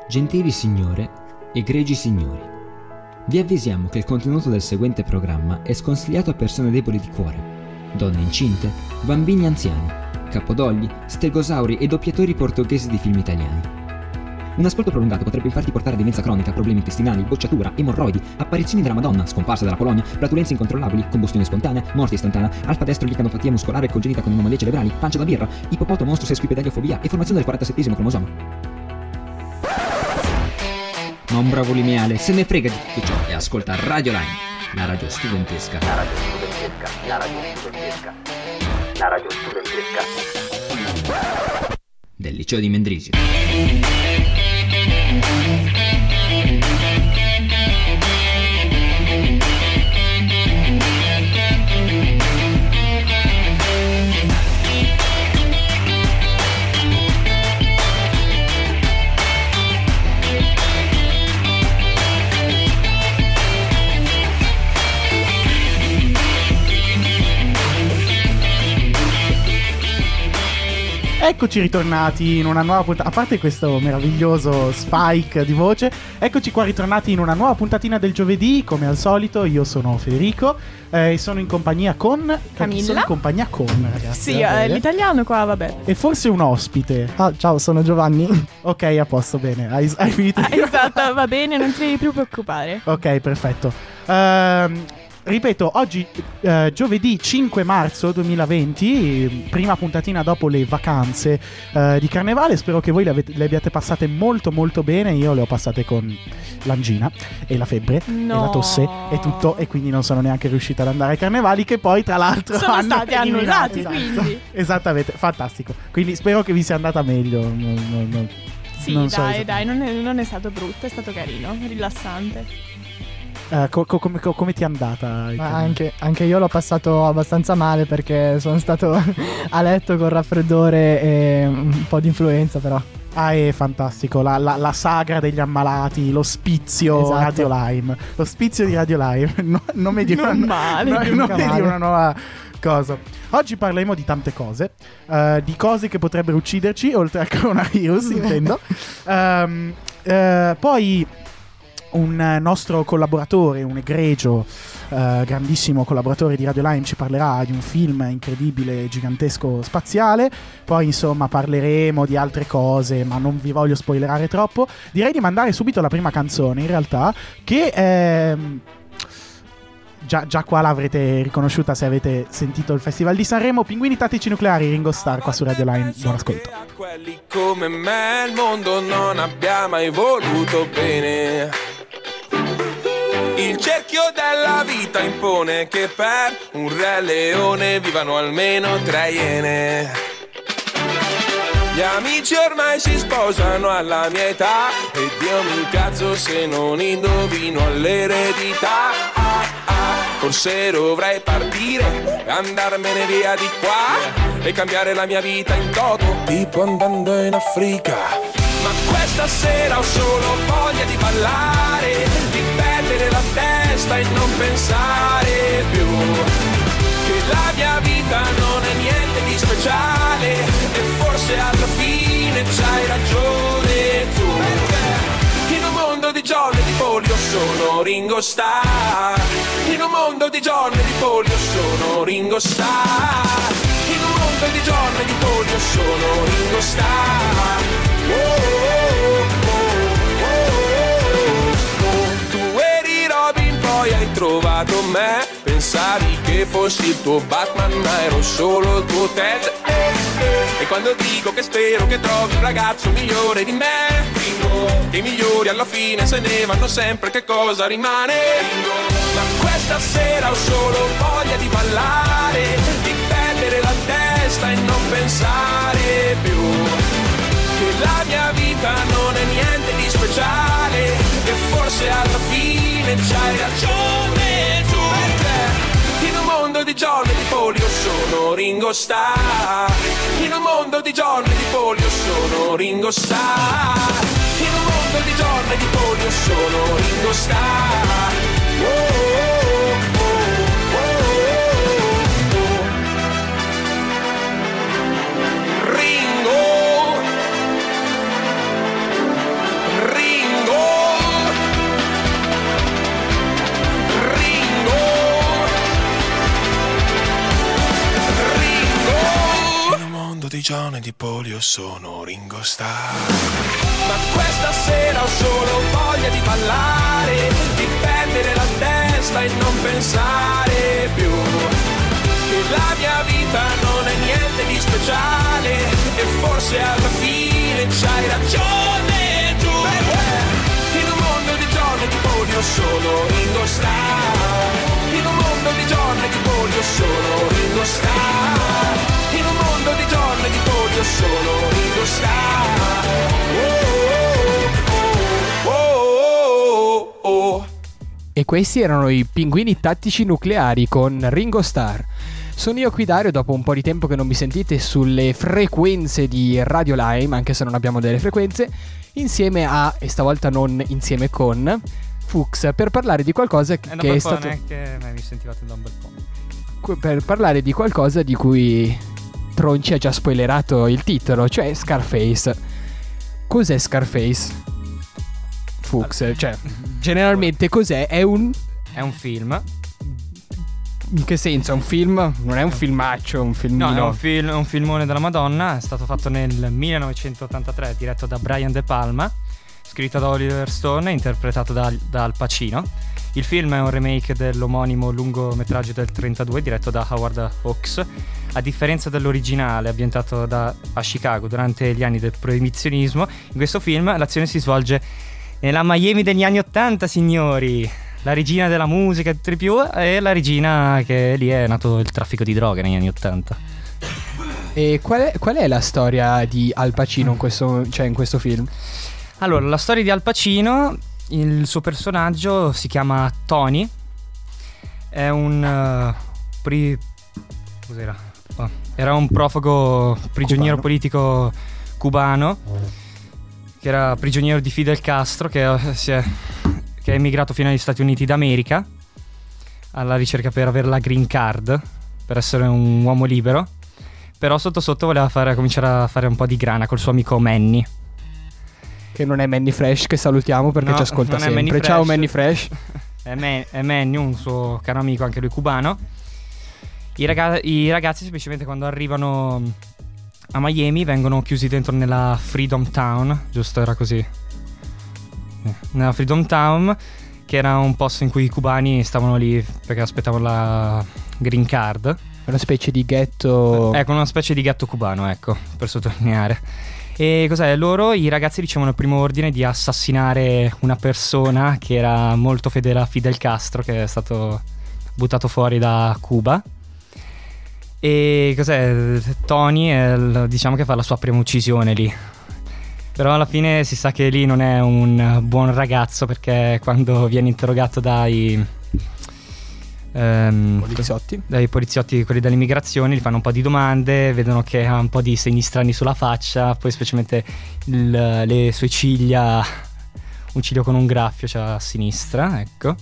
Gentili signore, egregi signori, vi avvisiamo che il contenuto del seguente programma è sconsigliato a persone deboli di cuore, donne incinte, bambini anziani, capodogli, stegosauri e doppiatori portoghesi di film italiani. Un ascolto prolungato potrebbe infatti portare a demenza cronica, problemi intestinali, bocciatura, emorroidi, apparizioni della Madonna, scomparsa dalla Polonia, flatulenze incontrollabili, combustione spontanea, morte istantanea, alfa-destro-licanopatia muscolare congenita con anomalie cerebrali, pancia da birra, ipopoto-mostro sesquipedaliofobia e formazione del 47esimo cromosoma. Ma un bravo lineale se ne frega di tutto ciò e ascolta Radio Line, la radio studentesca. La radio studentesca, la radio studentesca, la radio studentesca Del liceo di Mendrisio. Eccoci ritornati in una nuova puntata. A parte questo meraviglioso spike di voce, eccoci qua ritornati in una nuova puntatina del giovedì. Come al solito, io sono Federico e sono in compagnia con Camilla. Sono in compagnia con, ragazzi. Sì, l'italiano qua, vabbè. E forse un ospite. Ah, ciao, sono Giovanni. Ok, a posto, bene. Hai finito? Esatto, va bene, non ti devi più preoccupare. Ok, perfetto. Ripeto, oggi giovedì 5 marzo 2020, prima puntatina dopo le vacanze di carnevale. Spero che voi le abbiate passate molto molto bene. Io le ho passate con l'angina e la febbre e la tosse e tutto, e quindi non sono neanche riuscita ad andare ai carnevali, che poi tra l'altro sono stati eliminato. annullati, quindi. Esattamente, fantastico. Quindi spero che vi sia andata meglio. Sì, non so dai, non è stato brutto, è stato carino, rilassante. Come ti è andata? Ma anche io l'ho passato abbastanza male, perché sono stato a letto con raffreddore e un po' di influenza, però. Ah, è fantastico, la sagra degli ammalati, l'ospizio, esatto. Radio Lime. L'ospizio di Radio Lime. Nome di Non male, nome di una nuova cosa. Oggi parleremo di tante cose, di cose che potrebbero ucciderci, oltre al coronavirus, intendo. Poi un nostro collaboratore, un egregio, grandissimo collaboratore di Radio Lime, ci parlerà di un film incredibile, gigantesco, spaziale. Poi insomma parleremo di altre cose, ma non vi voglio spoilerare troppo. Direi di mandare subito la prima canzone, in realtà, che già qua l'avrete riconosciuta se avete sentito il Festival di Sanremo. Pinguini Tattici Nucleari, Ringo Starr, qua su Radio Line. Buon ascolto. A quelli come me il mondo non abbia mai voluto bene. Il cerchio della vita impone che per un re leone vivano almeno 3 iene. Gli amici ormai si sposano alla mia età e Dio mi incazzo se non indovino l'eredità. Forse dovrei partire, andarmene via di qua e cambiare la mia vita in toto, tipo andando in Africa. Ma questa sera ho solo voglia di ballare, di perdere la testa e non pensare più che la mia vita non è niente di speciale e forse alla fine c'hai ragione tu. In un mondo di John e di Polio sono Ringo Starr. In un mondo di John e di Polio sono Ringo Starr. In un mondo di John e di Polio sono Ringo Starr. Tu eri Robin, poi hai trovato me. Pensavi che fossi il tuo Batman, ma ero solo il tuo Ted. E quando dico che spero che trovi un ragazzo migliore di me, che i migliori alla fine se ne vanno sempre, che cosa rimane? Ma questa sera ho solo voglia di ballare, di perdere la testa e non pensare più che la mia vita non è niente di speciale e forse alla fine c'hai ragione tu. In un mondo di John e di Polio sono Ringo Starr. In un mondo di John e di Polio sono Ringo Starr. In un mondo di John e di Polio sono Ringo Starr. Ringo John e di polio sono Ringo Starr. Ma questa sera ho solo voglia di ballare, di perdere la testa e non pensare più che la mia vita non è niente di speciale e forse alla fine c'hai ragione tu. In un mondo di John e di polio sono Ringo Starr. In un mondo di John e di polio sono Ringo Starr. In un mondo di John e di polio sono Ringo Starr. Oh, oh, oh, oh. E questi erano i Pinguini Tattici Nucleari con Ringo Starr. Sono io qui Dario, dopo un po' di tempo che non mi sentite sulle frequenze di Radio Lime, anche se non abbiamo delle frequenze, insieme a, e stavolta non insieme con, Fuchs, per parlare di qualcosa che è stato... Non è che mi sentivate da un bel po'. Per parlare di qualcosa di cui Tronci ha già spoilerato il titolo, cioè Scarface. Cos'è Scarface? Fuchs, cioè, generalmente cos'è? È un film. In che senso? È un film? Non è un filmaccio, un filmino? No, è un filmone della Madonna. È stato fatto nel 1983, diretto da Brian De Palma, scritto da Oliver Stone e interpretato da Al Pacino. Il film è un remake dell'omonimo lungometraggio del 1932, diretto da Howard Hawks. A differenza dell'originale, ambientato a Chicago durante gli anni del proibizionismo, in questo film l'azione si svolge nella Miami degli anni 80, signori. La regina della musica e tutto di più, e la regina che lì è nato il traffico di droga negli anni 80. E qual è la storia di Al Pacino in questo film? Allora, la storia di Al Pacino, il suo personaggio si chiama Tony. È un cos'era? Era un profugo prigioniero politico cubano, che era prigioniero di Fidel Castro, che è emigrato fino agli Stati Uniti d'America alla ricerca per avere la green card, per essere un uomo libero. Però sotto sotto voleva cominciare a fare un po' di grana col suo amico Manny, che non è Manny Fresh, che salutiamo perché ci ascolta sempre. Ciao Manny Fresh. È Manny, un suo caro amico, anche lui cubano. I ragazzi semplicemente quando arrivano a Miami vengono chiusi dentro nella Freedom Town, giusto, era così, nella Freedom Town, che era un posto in cui i cubani stavano lì perché aspettavano la green card. Una specie di ghetto. Ecco, una specie di ghetto cubano, ecco, per sottolineare. E cos'è? I ragazzi ricevono il primo ordine di assassinare una persona che era molto fedele a Fidel Castro, che è stato buttato fuori da Cuba. E cos'è? Tony diciamo che fa la sua prima uccisione lì. Però alla fine si sa che lì non è un buon ragazzo, perché quando viene interrogato dai poliziotti, quelli dell'immigrazione, gli fanno un po' di domande, vedono che ha un po' di segni strani sulla faccia, poi specialmente le sue ciglia, un ciglio con un graffio c'ha a sinistra, ecco.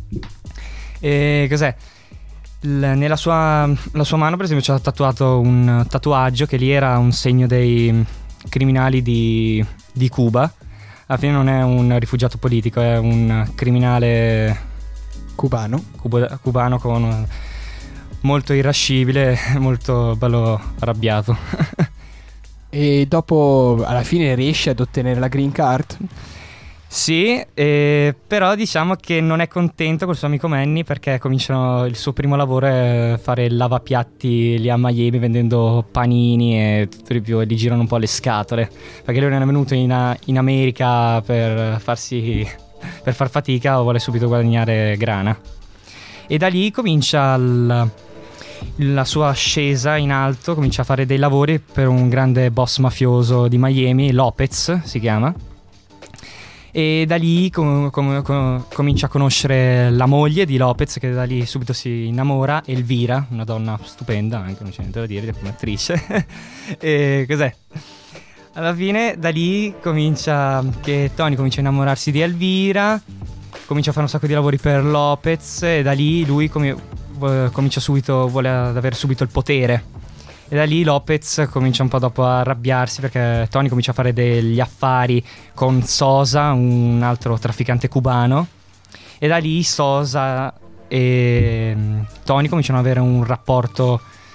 E cos'è? La sua mano, per esempio, c'ha tatuato un tatuaggio che lì era un segno dei criminali di Cuba. Alla fine non è un rifugiato politico, è un criminale cubano con molto irascibile, molto bello arrabbiato. E dopo alla fine riesce ad ottenere la green card? Sì, però diciamo che non è contento col suo amico Manny, perché il suo primo lavoro è fare il lavapiatti lì a Miami, vendendo panini e tutto di più, e gli girano un po' le scatole, perché lui non è venuto in America per far fatica, o vuole subito guadagnare grana. E da lì comincia la sua ascesa in alto, comincia a fare dei lavori per un grande boss mafioso di Miami, Lopez si chiama. E da lì comincia a conoscere la moglie di Lopez, che da lì subito si innamora, Elvira, una donna stupenda, anche non c'è niente da dire come attrice. E cos'è? Alla fine da lì che Tony comincia a innamorarsi di Elvira, comincia a fare un sacco di lavori per Lopez, e da lì lui comincia subito, vuole avere subito il potere. E da lì Lopez comincia un po' dopo a arrabbiarsi, perché Tony comincia a fare degli affari con Sosa, un altro trafficante cubano. E da lì Sosa e Tony cominciano ad avere un rapporto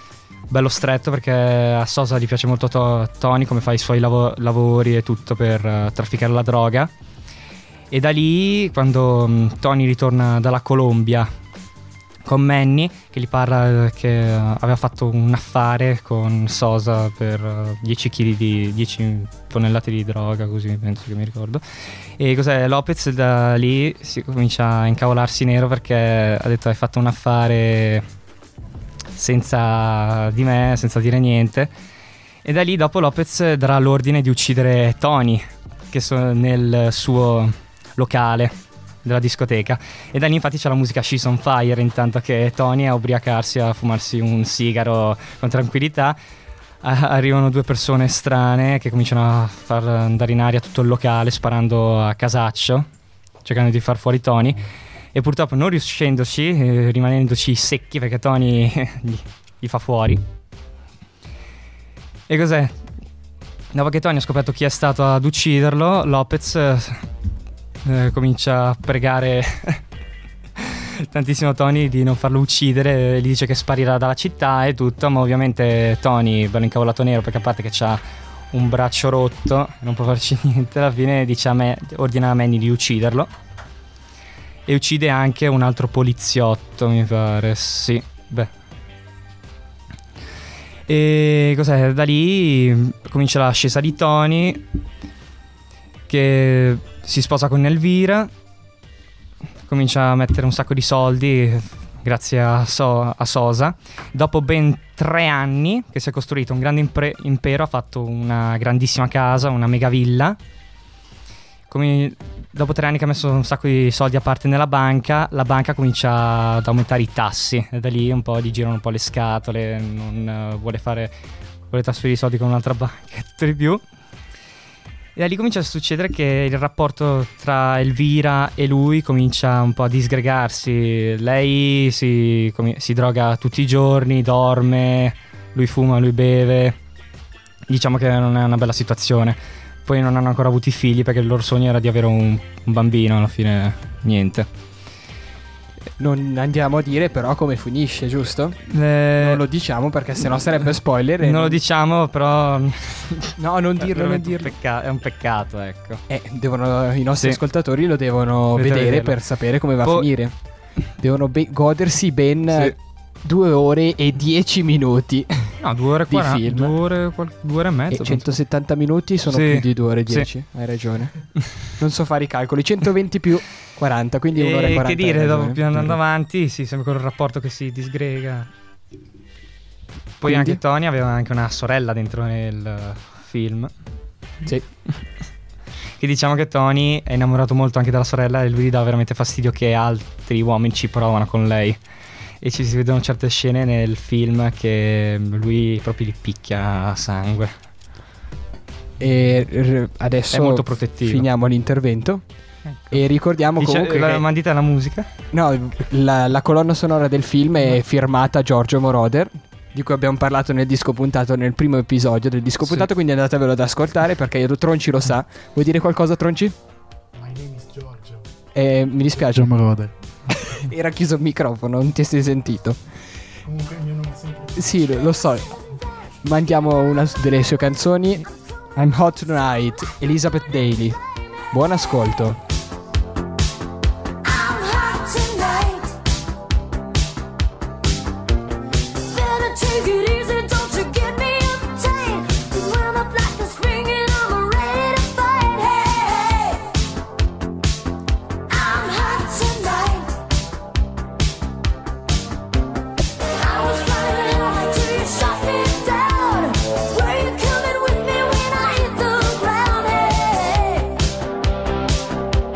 bello stretto, perché a Sosa gli piace molto Tony, come fa i suoi lavori e tutto per trafficare la droga. E da lì, quando Tony ritorna dalla Colombia con Manny, che gli parla che aveva fatto un affare con Sosa per 10 tonnellate di droga, così penso che mi ricordo. E cos'è, Lopez da lì si comincia a incavolarsi nero, perché ha detto: hai fatto un affare senza di me, senza dire niente. E da lì dopo Lopez darà l'ordine di uccidere Tony, che sono nel suo locale della discoteca, e da lì infatti c'è la musica She's on Fire, intanto che Tony è a ubriacarsi, a fumarsi un sigaro con tranquillità. Arrivano due persone strane che cominciano a far andare in aria tutto il locale sparando a casaccio, cercando di far fuori Tony, e purtroppo non riuscendoci, rimanendoci secchi, perché Tony gli fa fuori. E cos'è? Dopo che Tony ha scoperto chi è stato ad ucciderlo, Lopez comincia a pregare tantissimo Tony di non farlo uccidere, gli dice che sparirà dalla città e tutto, ma ovviamente Tony, bello incavolato nero, perché a parte che c'ha un braccio rotto, non può farci niente, alla fine dice ordina a Manny di ucciderlo, e uccide anche un altro poliziotto, mi pare, sì, beh. E cos'è? Da lì comincia l'ascesa di Tony, che si sposa con Elvira, comincia a mettere un sacco di soldi grazie a Sosa. Dopo ben 3 anni che si è costruito un grande impero, ha fatto una grandissima casa, una mega villa. Dopo 3 anni che ha messo un sacco di soldi a parte nella banca, la banca comincia ad aumentare i tassi, e da lì un po' gli girano un po' le scatole, non vuole trasferire i soldi con un'altra banca e tutto di più. E da lì comincia a succedere che il rapporto tra Elvira e lui comincia un po' a disgregarsi. Lei si droga tutti i giorni, dorme, lui fuma, lui beve. Diciamo che non è una bella situazione. Poi non hanno ancora avuto i figli, perché il loro sogno era di avere un bambino, alla fine niente. Non andiamo a dire però come finisce, giusto? Non lo diciamo perché sennò sarebbe spoiler. Non lo diciamo, però no, non dirlo, non dirlo. È un peccato, ecco. I nostri ascoltatori lo devono vedere per sapere come va a finire. Devono godersi ben 2 ore e 10 minuti. No, 2 ore e 40 di film. 2 ore e mezzo. E 170 minuti sono più di 2 ore e 10. Sì. Hai ragione. Non so fare i calcoli. 120 più 40, quindi 1 ora e 40. Che dire, dopo più andando avanti, sì, sempre con il rapporto che si disgrega. Poi anche Tony aveva anche una sorella dentro nel film. Sì. Che diciamo che Tony è innamorato molto anche della sorella, e lui gli dà veramente fastidio che altri uomini ci provano con lei. E ci si vedono certe scene nel film che lui proprio li picchia a sangue. E adesso è molto protettivo. Finiamo l'intervento. Ecco. E ricordiamo comunque la mandita la musica? No, la colonna sonora del film è firmata Giorgio Moroder, di cui abbiamo parlato nel disco puntato, nel primo episodio del disco puntato, quindi andatevelo ad ascoltare, perché Tronci lo sa. Vuoi dire qualcosa, Tronci? My name is Giorgio. Mi dispiace. Giorgio Moroder. Era chiuso il microfono, non ti sei sentito. Comunque il mio nome è sempre... Sì, lo so. Mandiamo una delle sue canzoni. I'm Hot Tonight, Elizabeth Daily. Buon ascolto. Where you coming with me when I hit the ground? Hey.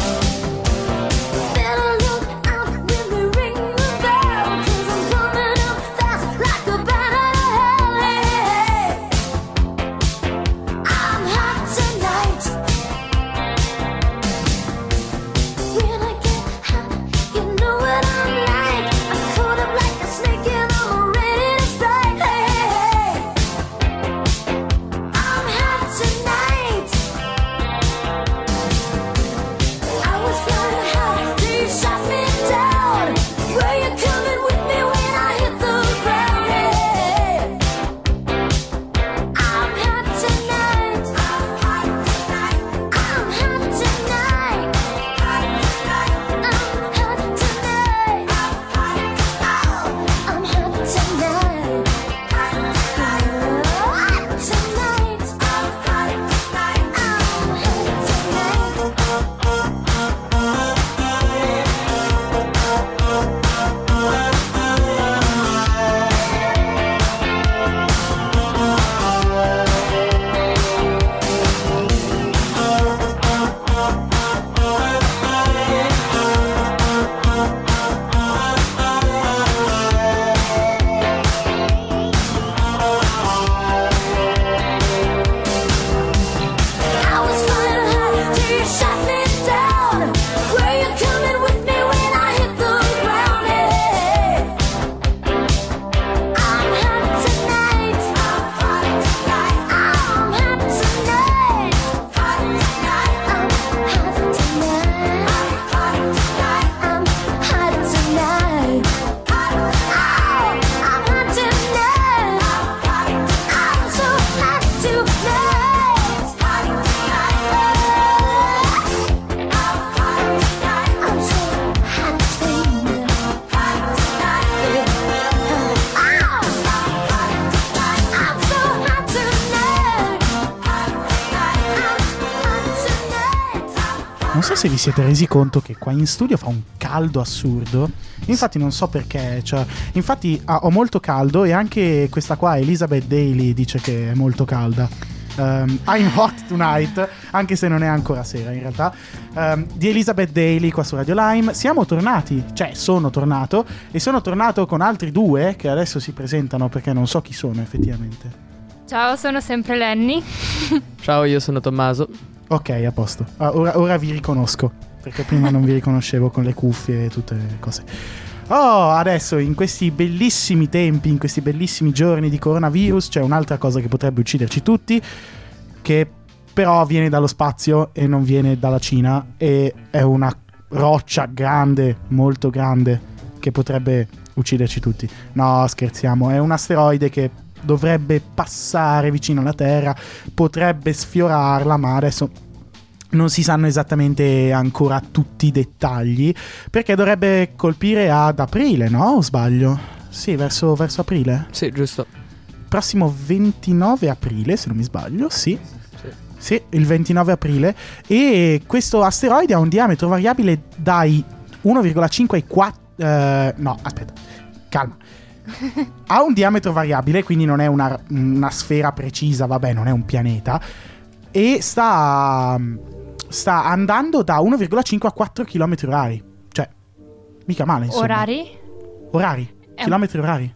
Non so se vi siete resi conto che qua in studio fa un caldo assurdo. Infatti non so perché, cioè, infatti ho molto caldo e anche questa qua, Elizabeth Daily, dice che è molto calda. I'm hot tonight, anche se non è ancora sera in realtà. Di Elizabeth Daily qua su Radio Lime. Siamo tornati, cioè sono tornato, e sono tornato con altri due che adesso si presentano perché non so chi sono effettivamente. Ciao, sono sempre Lenny. Ciao, io sono Tommaso. Ok, a posto. Ora vi riconosco, perché prima non vi riconoscevo con le cuffie e tutte le cose. Oh, adesso in questi bellissimi tempi, in questi bellissimi giorni di coronavirus, c'è un'altra cosa che potrebbe ucciderci tutti, che però viene dallo spazio e non viene dalla Cina, e è una roccia grande, molto grande, che potrebbe ucciderci tutti. No, scherziamo, è un asteroide che dovrebbe passare vicino alla Terra, potrebbe sfiorarla, ma adesso non si sanno esattamente ancora tutti i dettagli, perché dovrebbe colpire ad aprile, no? O sbaglio? Sì, verso aprile? Sì, giusto. Prossimo 29 aprile, se non mi sbaglio, sì. Sì, il 29 aprile. E questo asteroide ha un diametro variabile dai 1,5 ai 4... no, aspetta, calma. Ha un diametro variabile, quindi non è una sfera precisa, vabbè, non è un pianeta. E sta andando da 1,5 a 4 km orari. Cioè, mica male, insomma. Orari? Chilometri orari?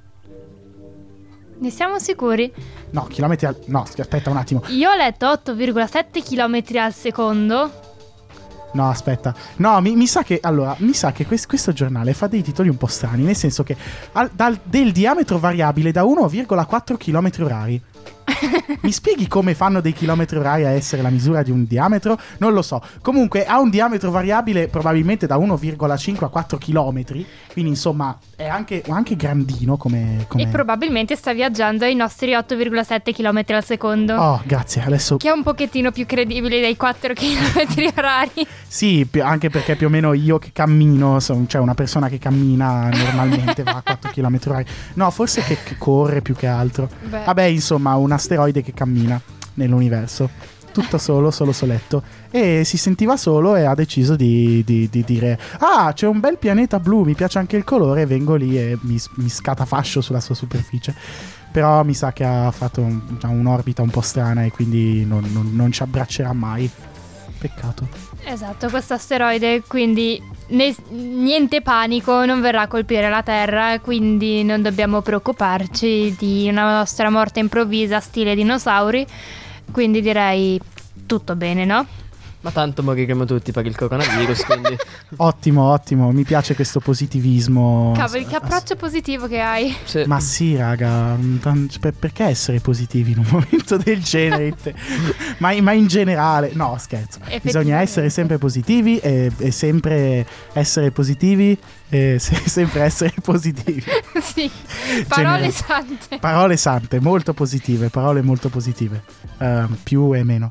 Ne siamo sicuri? No, chilometri no, aspetta un attimo. Io ho letto 8,7 km al secondo. No, aspetta. No, mi sa che questo giornale fa dei titoli un po' strani, nel senso che del diametro variabile da 1,4 km orari. Mi spieghi come fanno dei chilometri orari a essere la misura di un diametro? Non lo so. Comunque ha un diametro variabile probabilmente da 1,5 a 4 chilometri. Quindi insomma è anche grandino come... E probabilmente sta viaggiando ai nostri 8,7 km al secondo. Oh, grazie. Adesso... Che è un pochettino più credibile dei 4 km orari. Sì, anche perché più o meno io che cammino, cioè una persona che cammina normalmente va a 4 km orari. No, forse che corre più che altro. Beh. Vabbè, insomma, un asteroide che cammina nell'universo, tutto solo soletto, e si sentiva solo e ha deciso di dire: ah, c'è un bel pianeta blu, mi piace anche il colore, vengo lì e mi scatafascio sulla sua superficie. Però mi sa che ha fatto un'orbita un po' strana e quindi non ci abbraccerà mai. Peccato. Esatto, questo asteroide, quindi niente panico, non verrà a colpire la Terra, quindi non dobbiamo preoccuparci di una nostra morte improvvisa stile dinosauri, quindi direi tutto bene, no? Ma tanto moriremo tutti per il coronavirus, quindi... Ottimo, mi piace questo positivismo. Cavoli, che approccio positivo che hai. Sì. Ma sì, raga, perché essere positivi in un momento del genere? ma in generale, no, scherzo. Bisogna essere sempre positivi e sempre essere positivi e sempre essere positivi. Sì, parole sante. Parole sante, molto positive, parole molto positive. Più e meno.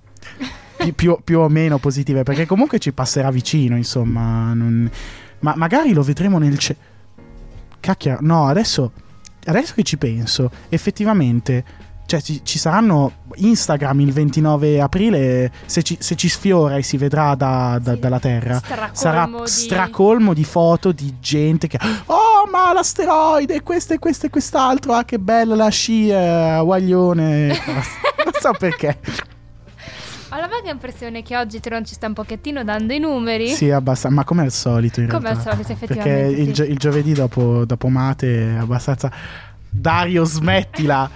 Più o meno positive, perché comunque ci passerà vicino, insomma. Ma magari lo vedremo nel cacchio, no, adesso che ci penso, effettivamente, cioè ci saranno Instagram il 29 aprile, se ci sfiora e si vedrà dalla Terra, sarà stracolmo di foto di gente che: oh, ma l'asteroide, questo e quest'altro, ah, che bella la scia, guaglione. Non so perché. Ho la vaga impressione che oggi Tron ci sta un pochettino dando i numeri. Sì, abbastanza, ma come al solito in realtà. Come al solito, effettivamente. Perché il giovedì dopo Mate è abbastanza... Dario, smettila.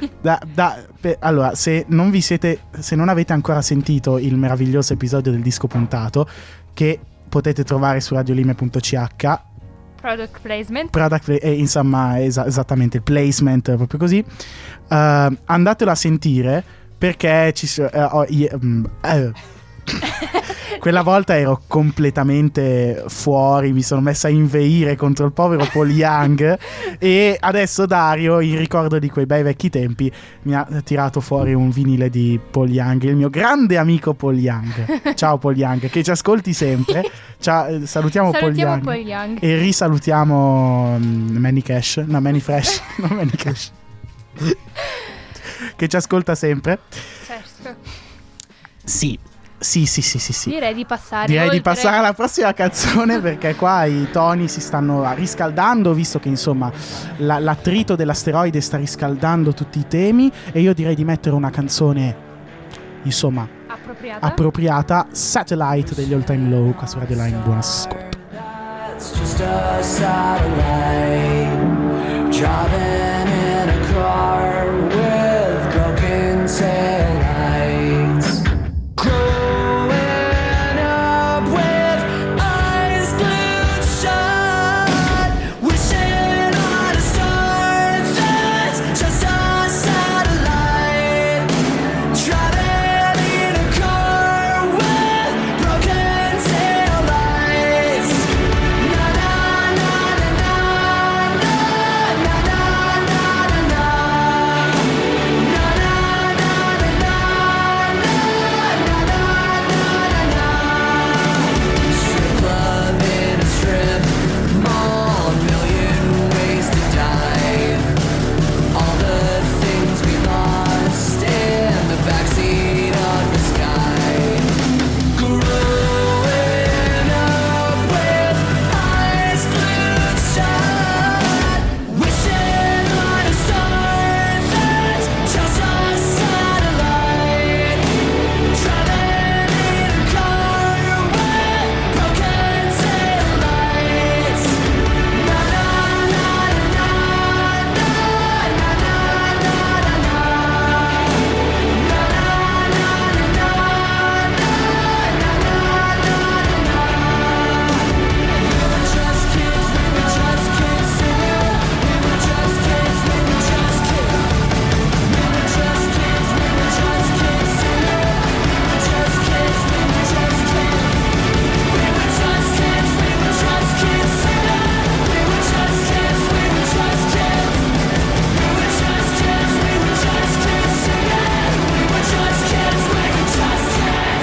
Allora, se non avete ancora sentito il meraviglioso episodio del disco puntato, che potete trovare su radiolime.ch, Product placement. Insomma, esattamente, il placement, proprio così. Andatelo a sentire, perché quella volta ero completamente fuori, mi sono messa a inveire contro il povero Paul Young, e adesso Dario, in ricordo di quei bei vecchi tempi, mi ha tirato fuori un vinile di Paul Young, il mio grande amico Paul Young. Ciao Paul Young, che ci ascolti sempre. Salutiamo Paul Young e risalutiamo Manny Fresh che ci ascolta sempre. Certo. Sì. Sì. Direi di passare. Direi di passare alla prossima canzone, perché qua i toni si stanno riscaldando, visto che insomma l'attrito dell'asteroide sta riscaldando tutti i temi, e io direi di mettere una canzone insomma appropriata, Satellite degli All Time Low, qua su Radio Line. Buon ascolto. It's just a satellite driving in a car with broken taillights. Growing up with eyes glued shut, wishing on a star that's just a satellite. Driving in a car with broken taillights. Na na na na na na na na na na. Na na na na na na. Strip club in a strip mall, a million ways to die. All the things we lost in the backseat of the sky. Growing up with eyes glued shut, wishing on a star that's just a satellite. Driving in a car with broken taillights. Na na na na na na na na na na. Na na na na na na na. We were just kids, we were just kids singing. We were just kids, we were just kids. We were just kids, we were just kids singing. We were just kids, we were just kids. We were just kids, we were just kids singing. We were just kids, we were just kids. We were just kids, we were just kids singing. We were just kids, we were just kids.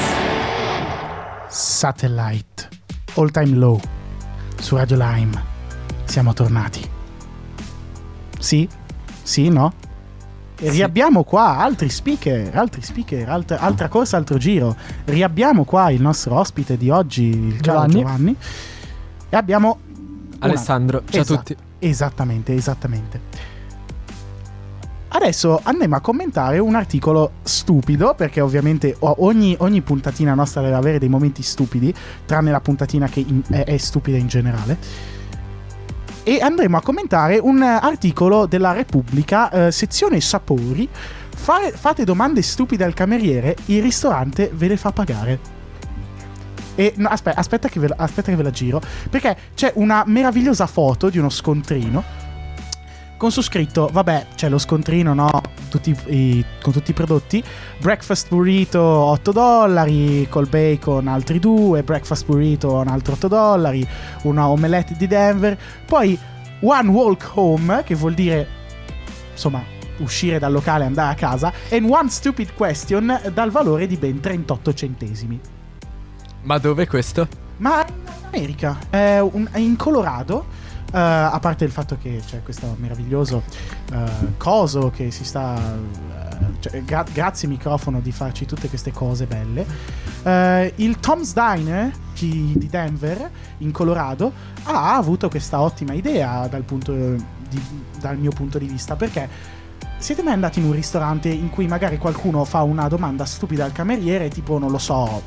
Satellite, All Time Low su Radio Lime. Siamo tornati. Sì, no? E riabbiamo qua altri speaker, altra corsa, altro giro. Riabbiamo qua il nostro ospite di oggi, il caro Giovanni. E abbiamo Alessandro, ciao a tutti. Esattamente. Adesso andremo a commentare un articolo stupido, perché ovviamente ogni puntatina nostra deve avere dei momenti stupidi, tranne la puntatina che è stupida in generale. E andremo a commentare un articolo della Repubblica, sezione sapori. Fate domande stupide al cameriere, il ristorante ve le fa pagare. E no, aspetta che ve la giro, perché c'è una meravigliosa foto di uno scontrino con su scritto, vabbè, c'è lo scontrino, no? Con tutti i prodotti. Breakfast burrito $8, col bacon altri 2, breakfast burrito un altro $8, una omelette di Denver, poi one walk home, che vuol dire insomma uscire dal locale e andare a casa, and one stupid question dal valore di ben 38 centesimi. Ma dove è questo? Ma in America, è in Colorado. A parte il fatto che c'è questo meraviglioso coso che si sta grazie microfono di farci tutte queste cose belle. Il Tom's Diner di Denver in Colorado ha avuto questa ottima idea dal mio punto di vista, perché siete mai andati in un ristorante in cui magari qualcuno fa una domanda stupida al cameriere, tipo non lo so,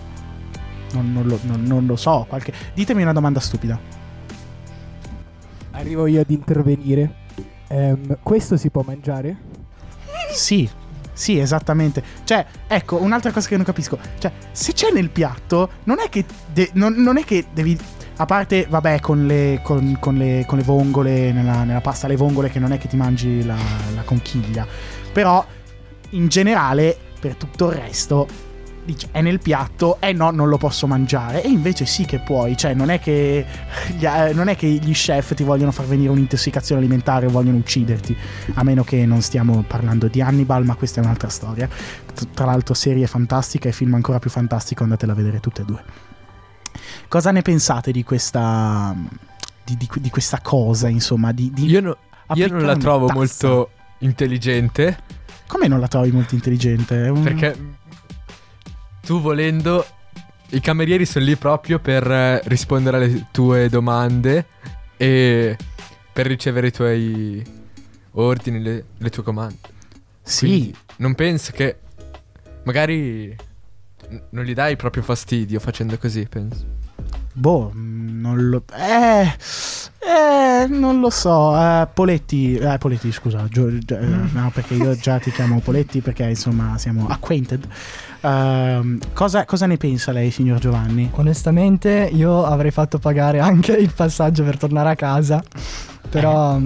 ditemi una domanda stupida. Arrivo io ad intervenire. Questo si può mangiare? Sì, esattamente. Cioè, ecco, un'altra cosa che non capisco. Cioè, se c'è nel piatto, non è che devi... A parte, vabbè, con le vongole, nella pasta alle vongole, che non è che ti mangi la conchiglia. Però, in generale, per tutto il resto... è nel piatto, no, non lo posso mangiare, e invece sì che puoi. Cioè non è che gli chef ti vogliono far venire un'intossicazione alimentare o vogliono ucciderti, a meno che non stiamo parlando di Hannibal, ma questa è un'altra storia. Tra l'altro serie fantastica e film ancora più fantastico, andatela a vedere tutte e due. Cosa ne pensate di questa di questa cosa, insomma, io non la trovo molto intelligente. Come non la trovi molto intelligente? Perché tu volendo I camerieri sono lì proprio per rispondere alle tue domande e per ricevere i tuoi ordini, le tue comande. Sì. Quindi non penso che magari non gli dai proprio fastidio facendo così, penso. Boh, non lo... non lo so. Poletti, scusa. No, perché io già ti chiamo Poletti perché insomma siamo acquainted. Cosa ne pensa lei, signor Giovanni? Onestamente io avrei fatto pagare anche il passaggio per tornare a casa. Però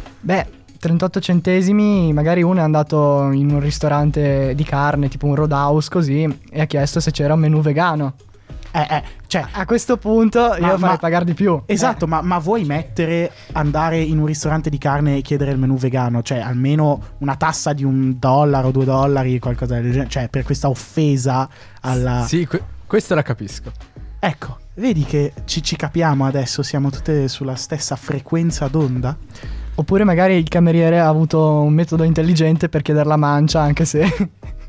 38 centesimi, magari uno è andato in un ristorante di carne, tipo un Roadhouse così, e ha chiesto se c'era un menù vegano. Cioè, a questo punto io farei pagare di più. Esatto, ma vuoi andare in un ristorante di carne e chiedere il menù vegano? Cioè, almeno una tassa di $1 o $2, qualcosa del genere. Cioè, per questa offesa alla... Sì, questa la capisco. Ecco, vedi che ci capiamo adesso, siamo tutte sulla stessa frequenza d'onda. Oppure magari il cameriere ha avuto un metodo intelligente per chiedere la mancia, anche se...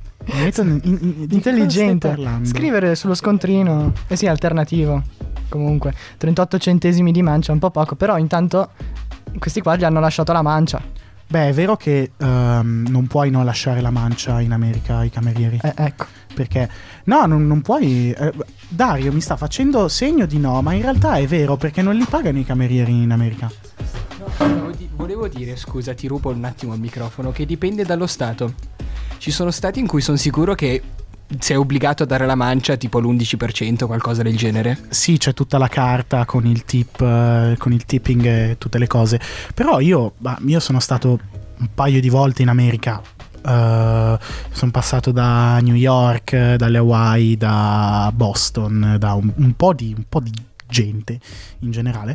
intelligente. Scrivere sullo scontrino. Sì, alternativo. Comunque 38 centesimi di mancia è un po' poco, però intanto questi qua gli hanno lasciato la mancia. Beh, è vero che non puoi non lasciare la mancia in America ai camerieri. Ecco. Perché no, non puoi. Dario mi sta facendo segno di no, ma in realtà è vero, perché non li pagano i camerieri in America. Volevo dire, scusa, ti rubo un attimo il microfono, che dipende dallo stato. Ci sono stati in cui sono sicuro che sei obbligato a dare la mancia tipo l'11%, qualcosa del genere. Sì, c'è tutta la carta con il tip, con il tipping e tutte le cose. Però io sono stato un paio di volte in America. Sono passato da New York, dalle Hawaii, da Boston, da un po' di gente in generale.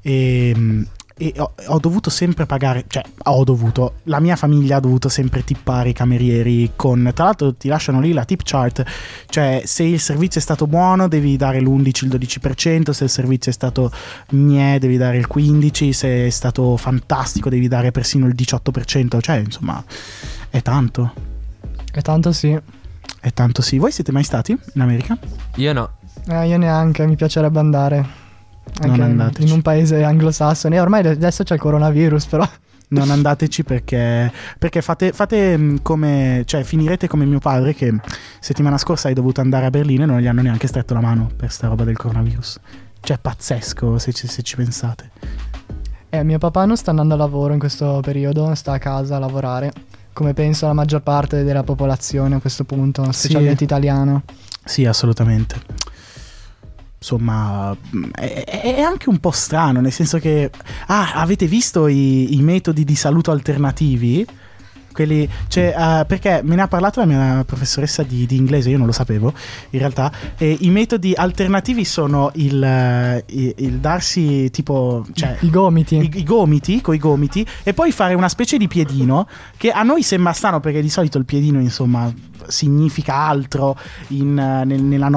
E ho dovuto sempre pagare, cioè la mia famiglia ha dovuto sempre tippare i camerieri tra l'altro ti lasciano lì la tip chart, cioè se il servizio è stato buono devi dare l'11, il 12%, se il servizio è stato devi dare il 15%, se è stato fantastico devi dare persino il 18%, cioè insomma è tanto. È tanto sì. È tanto sì. Voi siete mai stati in America? Io no. Io neanche, mi piacerebbe andare. Anche non andateci. In un paese anglosassone. Ormai adesso c'è il coronavirus, però non andateci perché fate come, cioè finirete come mio padre che settimana scorsa è dovuto andare a Berlino e non gli hanno neanche stretto la mano per sta roba del coronavirus. Cioè pazzesco se ci pensate. Mio papà non sta andando a lavoro in questo periodo, sta a casa a lavorare, come penso la maggior parte della popolazione a questo punto, specialmente italiano. Sì, assolutamente. Insomma, è anche un po' strano, nel senso che avete visto i metodi di saluto alternativi? Quelli, cioè, perché me ne ha parlato la mia professoressa di inglese, io non lo sapevo in realtà. I metodi alternativi sono il darsi tipo, cioè, i gomiti coi gomiti, e poi fare una specie di piedino che a noi sembra strano perché di solito il piedino insomma significa altro nella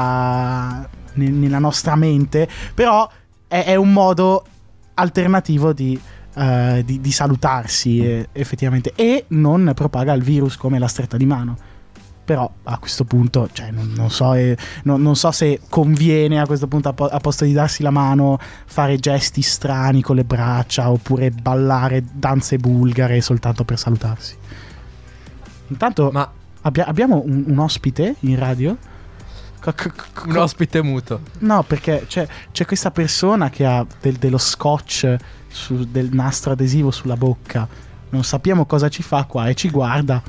nostra mente, però è un modo alternativo di salutarsi effettivamente, e non propaga il virus come la stretta di mano. Però a questo punto, cioè, non so se conviene a questo punto a posto di darsi la mano fare gesti strani con le braccia oppure ballare danze bulgare soltanto per salutarsi. Intanto abbiamo un ospite in radio. Un ospite muto. No, perché c'è questa persona che ha dello scotch del nastro adesivo sulla bocca. Non sappiamo cosa ci fa qua e ci guarda.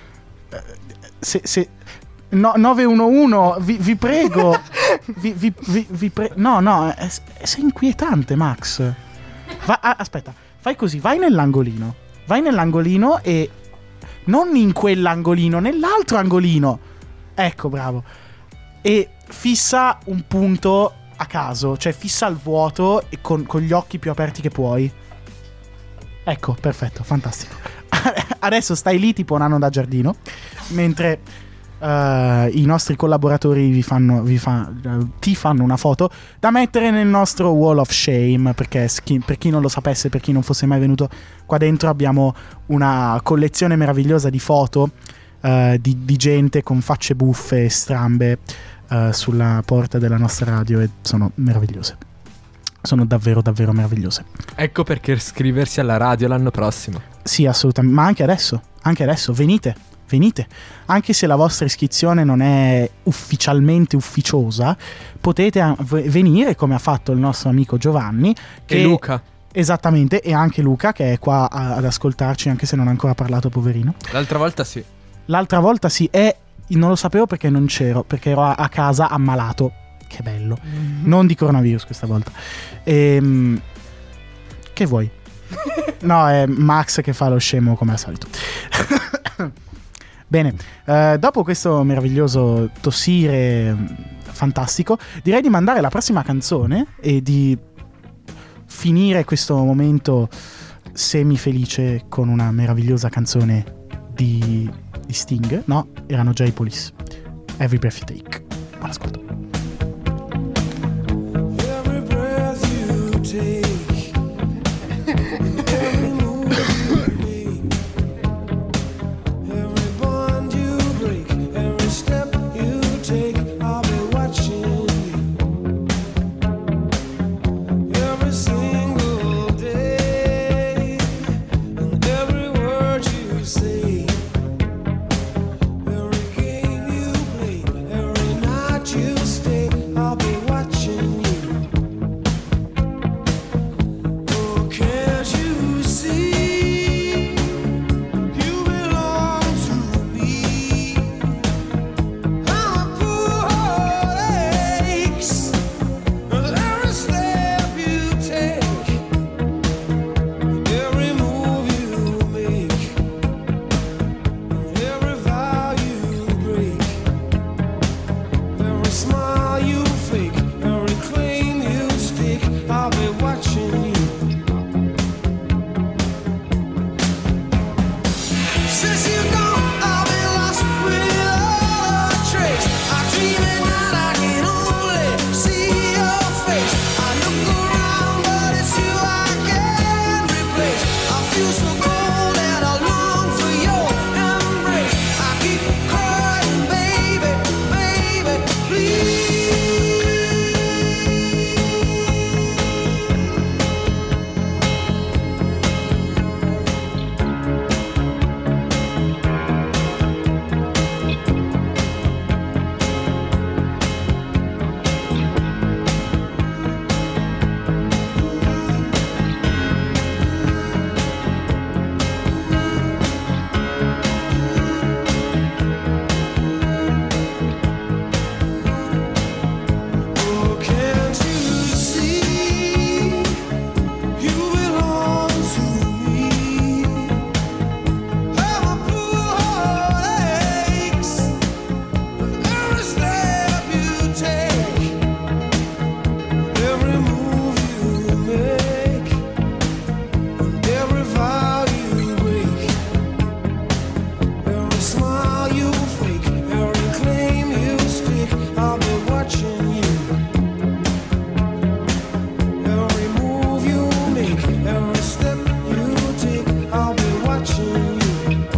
911, vi prego. No, sei inquietante, Max. Aspetta, fai così, vai nell'angolino e non in quell'angolino, nell'altro angolino. Ecco, bravo. E fissa un punto a caso, cioè fissa il vuoto e con gli occhi più aperti che puoi. Ecco, perfetto, fantastico. Adesso stai lì tipo un anno da giardino, mentre i nostri collaboratori ti fanno una foto da mettere nel nostro wall of shame, perché per chi non lo sapesse, per chi non fosse mai venuto qua dentro, abbiamo una collezione meravigliosa di foto di gente con facce buffe e strambe, sulla porta della nostra radio e sono meravigliose. Sono davvero davvero meravigliose. Ecco perché iscriversi alla radio l'anno prossimo. Sì, assolutamente, ma anche adesso, venite, anche se la vostra iscrizione non è ufficialmente ufficiosa, potete venire come ha fatto il nostro amico Giovanni E Luca. Esattamente, e anche Luca che è qua ad ascoltarci, anche se non ha ancora parlato, poverino. L'altra volta sì. L'altra volta sì, e non lo sapevo perché non c'ero, perché ero a casa ammalato. Che bello. Non di coronavirus questa volta. Che vuoi? No, è Max che fa lo scemo come al solito. Bene, dopo questo meraviglioso tossire fantastico, direi di mandare la prossima canzone e di finire questo momento semifelice con una meravigliosa canzone di Sting. No, erano già i Police. Every Breath You Take. Buon ascolto. Every breath you take, every move you make, every bond you break, every step you take, I'll be watching you. Every single day, and every word you say, every game you play, every night you stay, I'll be watching you. Oh, can't you see? You belong to me. I'm a poor heart aches with every step you take, every move you make, every vow you break, every smile you fake, every claim you stick, I'll be watching you. Since you're gone, I've been lost without a trace. I dream at night, I can only see your face. I look around, but it's you I can't replace. I feel so cold and I long for your embrace. I keep crying, baby, baby, please. Oh, can't you see? You belong to me. I'm a poor heart aches with every step you take, every move you make, and every vow you break, every smile you fake, every claim you stick, I'll be watching you. Every move you make, every step you take, I'll be watching you.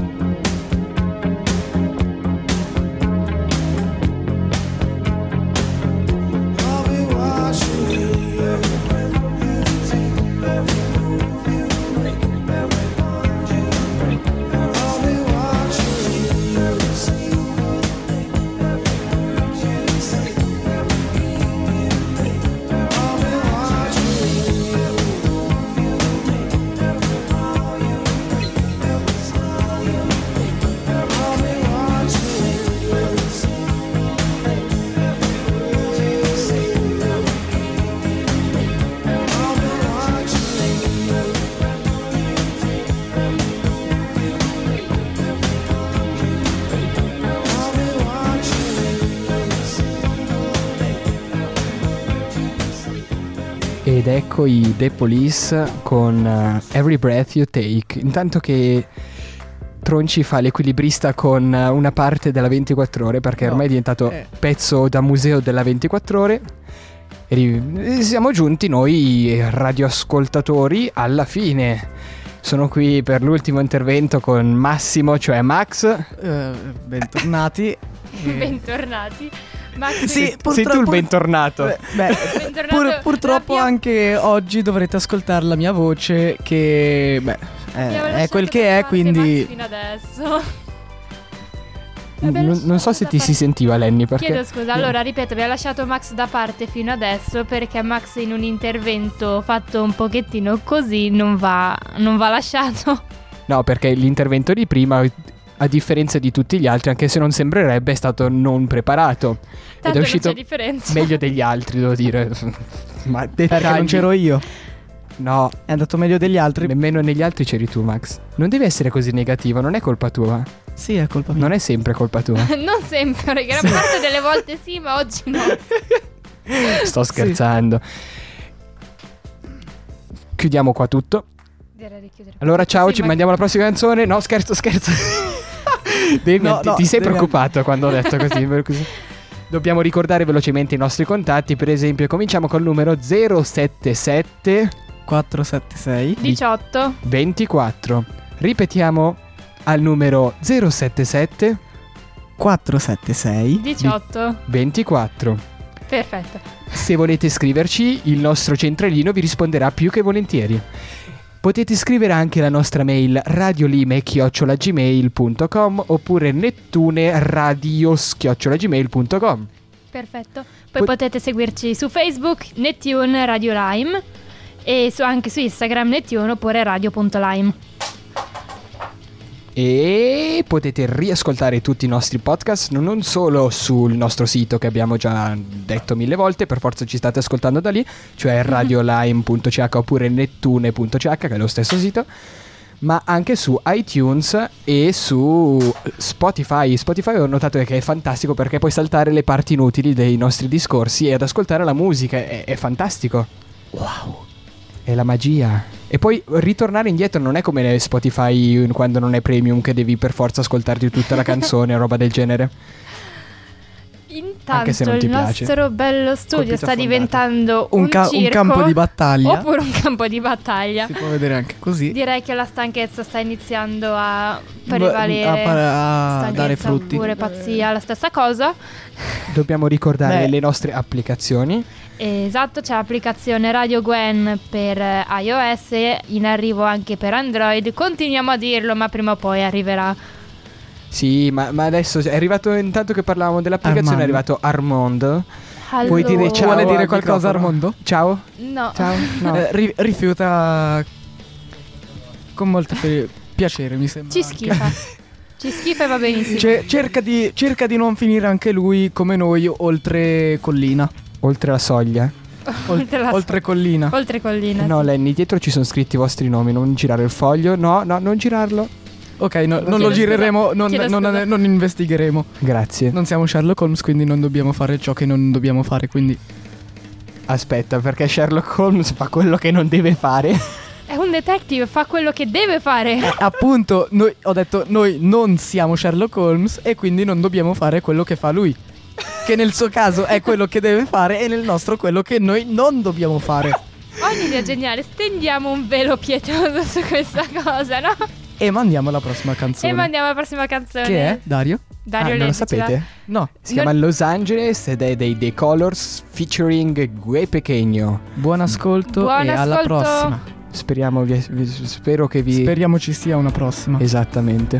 I'll be watching you. Every breath you take, every move you make, every bond you break, I'll be watching you. Every single day, every word you say, every game you play, I'll be watching you. Every move you make, every vow you break, every smile you fake, I'll be watching you. Every single day, every word you say, every game you play, I'll be watching you. Every breath you take, every move you make, every bond you break, I'll be watching you. Every single day, every word you say. Ed ecco i The Police con Every Breath You Take. Intanto che Tronci fa l'equilibrista con una parte della 24 ore, perché ormai è diventato pezzo da museo della 24 ore. E siamo giunti noi radioascoltatori alla fine. Sono qui per l'ultimo intervento con Massimo, cioè Max. Bentornati. Bentornati. Max, Sei tu il bentornato. bentornato. Purtroppo L'abbiamo- anche oggi dovrete ascoltare la mia voce che abbiamo è lasciato quel che da è, parte quindi Max fino adesso. Abbiamo Non so se lasciato ti da si sentiva, Lenny, Chiedo perché scusa, allora ripeto, abbiamo lasciato Max da parte fino adesso perché Max in un intervento fatto un pochettino così non va lasciato. no, perché l'intervento di prima, a differenza di tutti gli altri, anche se non sembrerebbe, è stato non preparato. Tanto Ed è uscito non c'è differenza. meglio degli altri, devo dire. Ma perché non dettagli- c'ero io. No, È andato meglio degli altri. nemmeno negli altri c'eri tu, Max. Non devi essere così negativo, non è colpa tua. Sì, è colpa mia. Non è sempre colpa tua. Non sempre, gran parte delle volte sì, ma oggi no. Sto scherzando. Chiudiamo qua tutto. Direi di chiudere. Allora, ciao, Sì, ci ma- mandiamo alla prossima canzone. No, scherzo. Damian, No, ti sei Damian. preoccupato quando ho detto così. Dobbiamo ricordare velocemente i nostri contatti. Per esempio, cominciamo col numero 077 476 18. 24. Ripetiamo al numero 077 476 18. 24. Perfetto. Se volete scriverci, il nostro centralino vi risponderà più che volentieri. Potete scrivere anche la nostra mail radiolime@gmail.com oppure nettuneradio@gmail.com. Perfetto. Poi potete seguirci su Facebook, Nettune Radio Lime, e anche su Instagram Nettune oppure radio.lime. E potete riascoltare tutti i nostri podcast non solo sul nostro sito che abbiamo già detto 1000 volte, per forza ci state ascoltando da lì, cioè radiolime.ch oppure nettune.ch, che è lo stesso sito, ma anche su iTunes e su Spotify. Spotify ho notato che è fantastico perché puoi saltare le parti inutili dei nostri discorsi e ad ascoltare la musica, è fantastico. Wow, è la magia. E poi ritornare indietro non è come Spotify quando non è premium che devi per forza ascoltarti tutta la canzone o roba del genere. Anche se Intanto non ti il piace. nostro bello studio Colpito sta affondato. diventando un un circo campo di battaglia. oppure un campo di battaglia. Si può vedere anche così. Direi che la stanchezza sta iniziando a prevalere. a Stanchezza, dare frutti. Pure pazzia, la stessa cosa. Dobbiamo ricordare Beh. le nostre applicazioni. Esatto, c'è l'applicazione Radio Gwen per iOS, in arrivo anche per Android. Continuiamo a dirlo, ma prima o poi arriverà. Sì, ma adesso è arrivato, intanto che parlavamo dell'applicazione, è arrivato Armando. Puoi dire ciao Vuole dire al qualcosa, microfono? Armando? Ciao? No. Ciao? No. Rifiuta con molto piacere, mi sembra. Ci anche. schifa. Ci schifa e va benissimo. Cerca di non finire anche lui come noi oltre collina. Oltre la soglia. Oltre collina. Oltre collina. No, sì. Lenny, dietro ci sono scritti i vostri nomi, non girare il foglio. No, non girarlo. Ok, non Chiedo lo gireremo, scusa, chiedo scusa. non investigheremo. Grazie. Non siamo Sherlock Holmes, quindi non dobbiamo fare ciò che non dobbiamo fare, quindi Aspetta, perché Sherlock Holmes fa quello che non deve fare. È un detective, fa quello che deve fare. appunto ho detto noi non siamo Sherlock Holmes e quindi non dobbiamo fare quello che fa lui. Che nel suo caso è quello che deve fare e nel nostro quello che noi non dobbiamo fare. Ho un'idea geniale, stendiamo un velo pietoso su questa cosa, no? E mandiamo la prossima canzone. E mandiamo alla prossima canzone. Che è? Dario? Dario, non lo leggicela. sapete? No. Si chiama Los Angeles ed è dei The Colors featuring Gue Pequeño. Buon ascolto Buon e alla ascolto. prossima. Speriamo, spero che vi... Speriamo ci sia una prossima. Esattamente.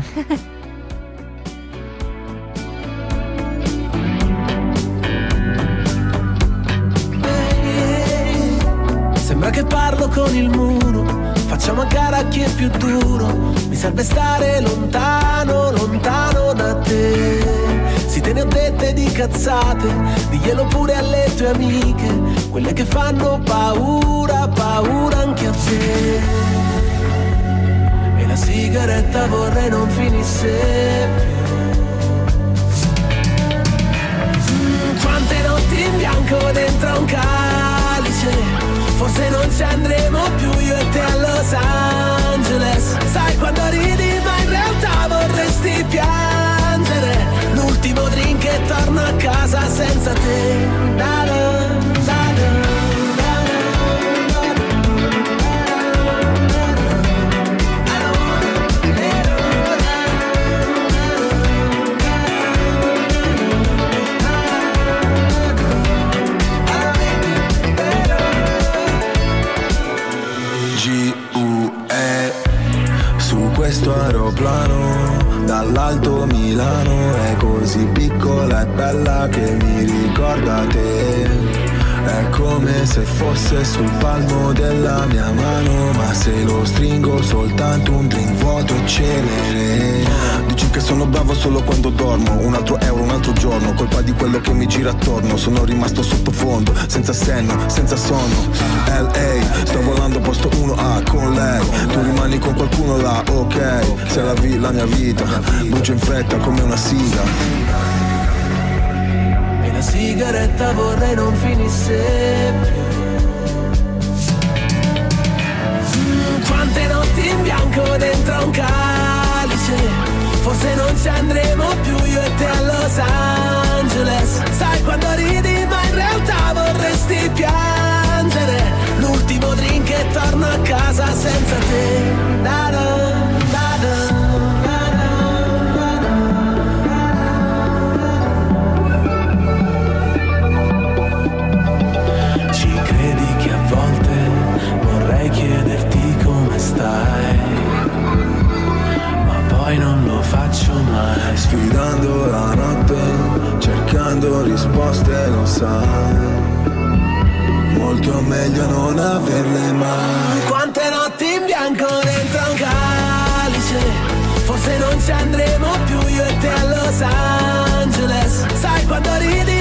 Sembra che parlo con il muro, facciamo a gara chi è più duro. Mi serve stare lontano, lontano da te. Si te ne ho dette di cazzate, diglielo pure alle tue amiche, quelle che fanno paura, paura anche a te. E la sigaretta vorrei non finisse più. Quante notti in bianco dentro un calice. Forse non ci andremo più io e te a Los Angeles. Sai quando ridi ma in realtà vorresti piangere. L'ultimo drink e torno a casa senza te. dall'alto Milano, è così piccola e bella che mi ricorda te. È come se fosse sul palmo della mia mano, ma se lo stringo soltanto un drink vuoto e celere. Dici che sono bravo solo quando dormo, un altro euro, un altro giorno, colpa di quello che mi gira attorno. Sono rimasto sottofondo, senza senno, senza sonno. LA, sto volando posto 1A con lei. Tu rimani con qualcuno là, ok. Se la mia vita brucia in fretta come una siga. La sigaretta vorrei non finisse più. Quante notti in bianco dentro un calice, forse non ci andremo più io e te a Los Angeles. Sai quando ridi ma in realtà vorresti piangere. L'ultimo drink e torno a casa senza te. Chiederti come stai, ma poi non lo faccio mai. Sfidando la notte, cercando risposte, lo sai. Molto meglio non averle mai. Quante notti in bianco dentro un calice, forse non ci andremo più io e te a Los Angeles. Sai quando ridi